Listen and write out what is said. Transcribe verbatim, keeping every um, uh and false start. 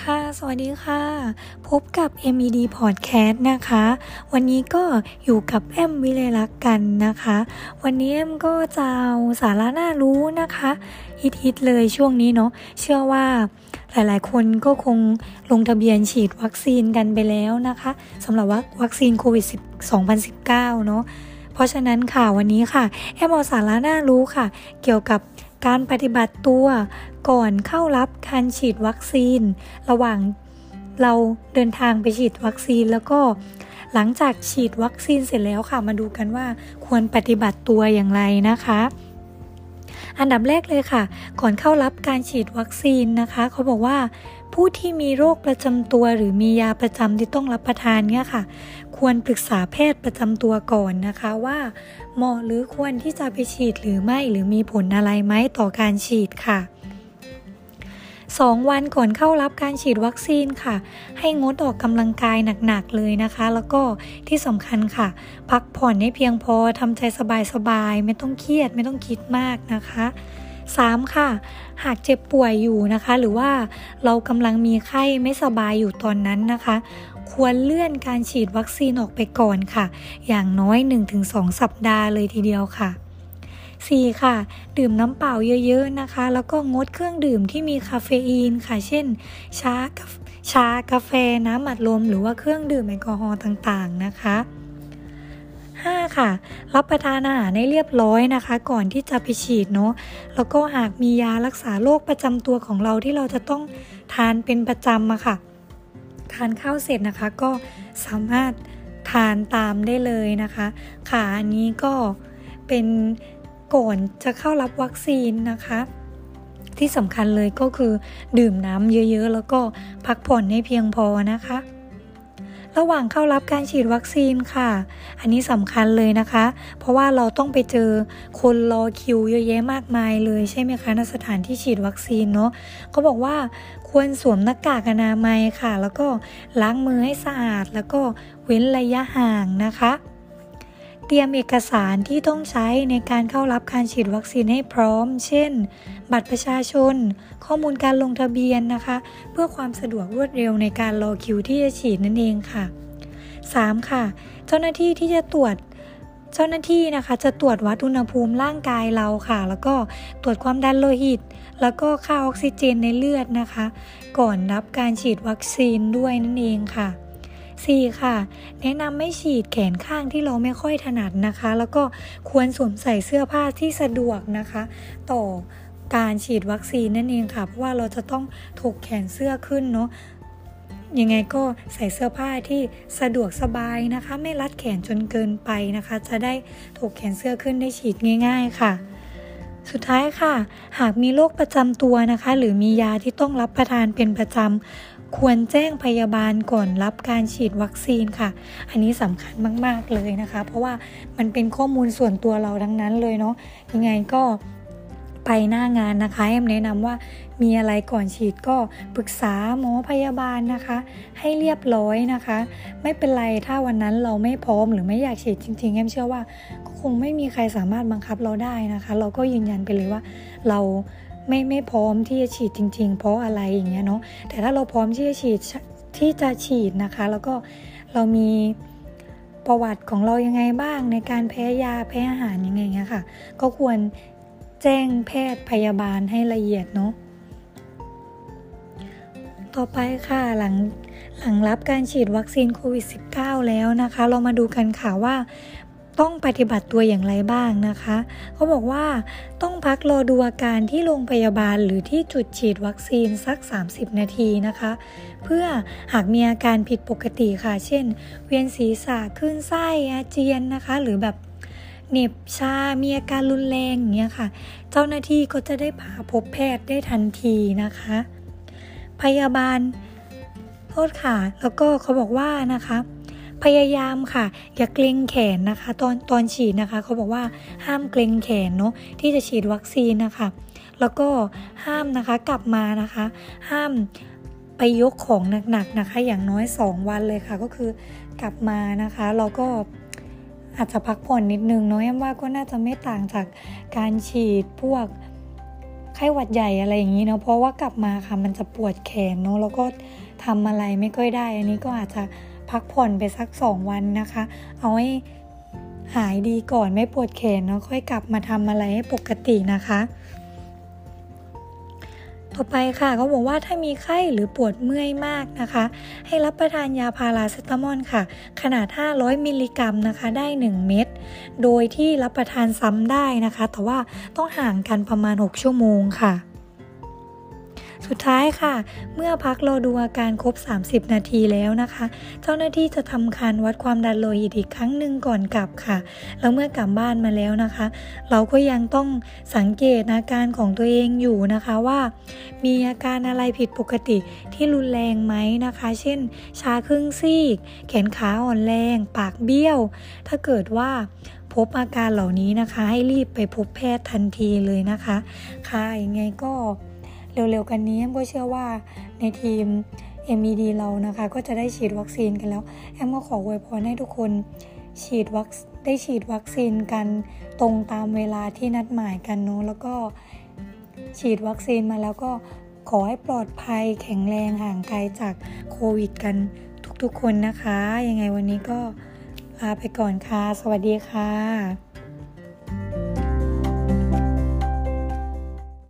ค่ะสวัสดีค่ะพบกับ เอ็ม อี ดี Podcast นะคะวันนี้ก็อยู่กับแอมวิไลลักษณ์กันนะคะวันนี้แอมก็จะเอาสาระน่ารู้นะคะฮิตๆเลยช่วงนี้เนาะเชื่อว่าหลายๆคนก็คงลงทะเบียนฉีดวัคซีนกันไปแล้วนะคะสำหรับวัคซีนโควิดสองพันสิบเก้าเนาะเพราะฉะนั้นค่ะวันนี้ค่ะแอมเอาสาระน่ารู้ค่ะเกี่ยวกับการปฏิบัติตัวก่อนเข้ารับการฉีดวัคซีนระหว่างเราเดินทางไปฉีดวัคซีนแล้วก็หลังจากฉีดวัคซีนเสร็จแล้วค่ะมาดูกันว่าควรปฏิบัติตัวอย่างไรนะคะอันดับแรกเลยค่ะก่อนเข้ารับการฉีดวัคซีนนะคะเขาบอกว่าผู้ที่มีโรคประจำตัวหรือมียาประจำที่ต้องรับประทานเนี่ยค่ะควรปรึกษาแพทย์ประจำตัวก่อนนะคะว่าเหมาะหรือควรที่จะไปฉีดหรือไม่หรือมีผลอะไรไหมต่อการฉีดค่ะสองวันก่อนเข้ารับการฉีดวัคซีนค่ะให้งดออกกำลังกายหนักๆเลยนะคะแล้วก็ที่สำคัญค่ะพักผ่อนให้เพียงพอทำใจสบายๆไม่ต้องเครียดไม่ต้องคิดมากนะคะสามค่ะหากเจ็บป่วยอยู่นะคะหรือว่าเรากำลังมีไข้ไม่สบายอยู่ตอนนั้นนะคะควรเลื่อนการฉีดวัคซีนออกไปก่อนค่ะอย่างน้อย หนึ่งถึงสอง สัปดาห์เลยทีเดียวค่ะสี่ค่ะดื่มน้ำเปล่าเยอะๆนะคะแล้วก็งดเครื่องดื่มที่มีคาเฟอีนค่ะเช่นชาชากาแฟน้ำอัดลมหรือว่าเครื่องดื่มแอลกอฮอล์ต่างๆนะคะห้าค่ะรับประทานอาหารให้เรียบร้อยนะคะก่อนที่จะไปฉีดเนาะแล้วก็หากมียารักษาโรคประจำตัวของเราที่เราจะต้องทานเป็นประจำอะค่ะทานข้าวเสร็จนะคะก็สามารถทานตามได้เลยนะคะค่ะอันนี้ก็เป็นก่อนจะเข้ารับวัคซีนนะคะที่สำคัญเลยก็คือดื่มน้ำเยอะๆแล้วก็พักผ่อนให้เพียงพอนะคะระหว่างเข้ารับการฉีดวัคซีนค่ะอันนี้สำคัญเลยนะคะเพราะว่าเราต้องไปเจอคนรอคิวเยอะแยะมากมายเลยใช่ไหมคะณสถานที่ฉีดวัคซีนเนาะเขาบอกว่าควรสวมหน้ากากอนามัยค่ะแล้วก็ล้างมือให้สะอาดแล้วก็เว้นระยะห่างนะคะเตรียมเอกสารที่ต้องใช้ในการเข้ารับการฉีดวัคซีนให้พร้อมเช่นบัตรประชาชนข้อมูลการลงทะเบียนนะคะเพื่อความสะดวกรวดเร็วในการรอคิวที่จะฉีดนั่นเองค่ะสามค่ะเจ้าหน้าที่ที่จะตรวจเจ้าหน้าที่นะคะจะตรวจวัดอุณหภูมิร่างกายเราค่ะแล้วก็ตรวจความดันโลหิตแล้วก็ค่าออกซิเจนในเลือดนะคะก่อนรับการฉีดวัคซีนด้วยนั่นเองค่ะสี่ค่ะแนะนำไม่ฉีดแขนข้างที่เราไม่ค่อยถนัดนะคะแล้วก็ควรสวมใส่เสื้อผ้าที่สะดวกนะคะต่อการฉีดวัคซีนนั่นเองค่ะเพราะว่าเราจะต้องถกแขนเสื้อขึ้นเนาะยังไงก็ใส่เสื้อผ้าที่สะดวกสบายนะคะไม่รัดแขนจนเกินไปนะคะจะได้ถกแขนเสื้อขึ้นได้ฉีดง่ายๆค่ะสุดท้ายค่ะหากมีโรคประจำตัวนะคะหรือมียาที่ต้องรับประทานเป็นประจำควรแจ้งพยาบาลก่อนรับการฉีดวัคซีนค่ะอันนี้สำคัญมากๆเลยนะคะเพราะว่ามันเป็นข้อมูลส่วนตัวเราทั้งนั้นเลยเนาะยังไงก็ไปหน้างานนะคะแอมแนะนำว่ามีอะไรก่อนฉีดก็ปรึกษาหมอพยาบาลนะคะให้เรียบร้อยนะคะไม่เป็นไรถ้าวันนั้นเราไม่พร้อมหรือไม่อยากฉีดจริงๆแอมเชื่อว่าก็คงไม่มีใครสามารถบังคับเราได้นะคะเราก็ยืนยันไปเลยว่าเราไม่ไม่พร้อมที่จะฉีดจริงๆเพราะอะไรอย่างเงี้ยเนาะแต่ถ้าเราพร้อมที่จะฉีดที่จะฉีดนะคะแล้วก็เรามีประวัติของเรายังไงบ้างในการแพ้ยาแพ้อาหารยังไงเงี้ยค่ะก็ควรแจ้งแพทย์พยาบาลให้ละเอียดเนาะต่อไปค่ะหลังหลังรับการฉีดวัคซีนโควิด สิบเก้า แล้วนะคะเรามาดูกันค่ะว่าต้องปฏิบัติตัวอย่างไรบ้างนะคะเขาบอกว่าต้องพักรอดูอาการที่โรงพยาบาลหรือที่จุดฉีดวัคซีนสักสามสิบนาทีนะคะเพื่อหากมีอาการผิดปกติค่ะเช่นเวียนศีรษะคลื่นไส้อาเจียนนะคะหรือแบบเหน็บชามีอาการรุนแรงอย่างเงี้ยค่ะเจ้าหน้าที่ก็จะได้พาพบแพทย์ได้ทันทีนะคะพยาบาลโทษค่ะแล้วก็เขาบอกว่านะคะพยายามค่ะอย่าเกร็งแขนนะคะตอนตอนฉีดนะคะเขาบอกว่าห้ามเกร็งแขนเนาะที่จะฉีดวัคซีนนะคะแล้วก็ห้ามนะคะกลับมานะคะห้ามไปยกของหนักๆนะคะอย่างน้อยสองวันเลยค่ะก็คือกลับมานะคะเราก็อาจจะพักผ่อนนิดนึงเนาะแอมว่าก็น่าจะไม่ต่างจากการฉีดพวกไข้หวัดใหญ่อะไรอย่างนี้เนาะเพราะว่ากลับมาค่ะมันจะปวดแขนเนาะแล้วก็ทำอะไรไม่ค่อยได้อันนี้ก็อาจจะพักผ่อนไปสักสองวันนะคะเอาให้หายดีก่อนไม่ปวดแขนเนาะค่อยกลับมาทำอะไรให้ปกตินะคะต่อไปค่ะเขาบอกว่าถ้ามีไข้หรือปวดเมื่อยมากนะคะให้รับประทานยาพาราเซตามอลค่ะขนาดห้าร้อยมิลลิกรัมนะคะได้หนึ่งเม็ดโดยที่รับประทานซ้ำได้นะคะแต่ว่าต้องห่างกันประมาณหกชั่วโมงค่ะสุดท้ายค่ะเมื่อพักรอดูอาการครบสามสิบนาทีแล้วนะคะเจ้าหน้าที่จะทำการวัดความดันโลหิตอีกครั้งหนึ่งก่อนกลับค่ะแล้วเมื่อกลับบ้านมาแล้วนะคะเราก็ยังต้องสังเกตอาการของตัวเองอยู่นะคะว่ามีอาการอะไรผิดปกติที่รุนแรงไหมนะคะเช่นชาครึ่งซีกแขนขาอ่อนแรงปากเบี้ยวถ้าเกิดว่าพบอาการเหล่านี้นะคะให้รีบไปพบแพทย์ทันทีเลยนะคะค่ะยังไงก็เร็วๆกันนี้แอมก็เชื่อว่าในทีม เอ็ม อี ดี เรานะคะก็จะได้ฉีดวัคซีนกันแล้วแอมก็ขออวยพรให้ทุกคนฉีดวัคได้ฉีดวัคซีนกันตรงตามเวลาที่นัดหมายกันเนาะแล้วก็ฉีดวัคซีนมาแล้วก็ขอให้ปลอดภัยแข็งแรงห่างไกลจากโควิดกันทุกๆคนนะคะยังไงวันนี้ก็ลาไปก่อนค่ะสวัสดีค่ะ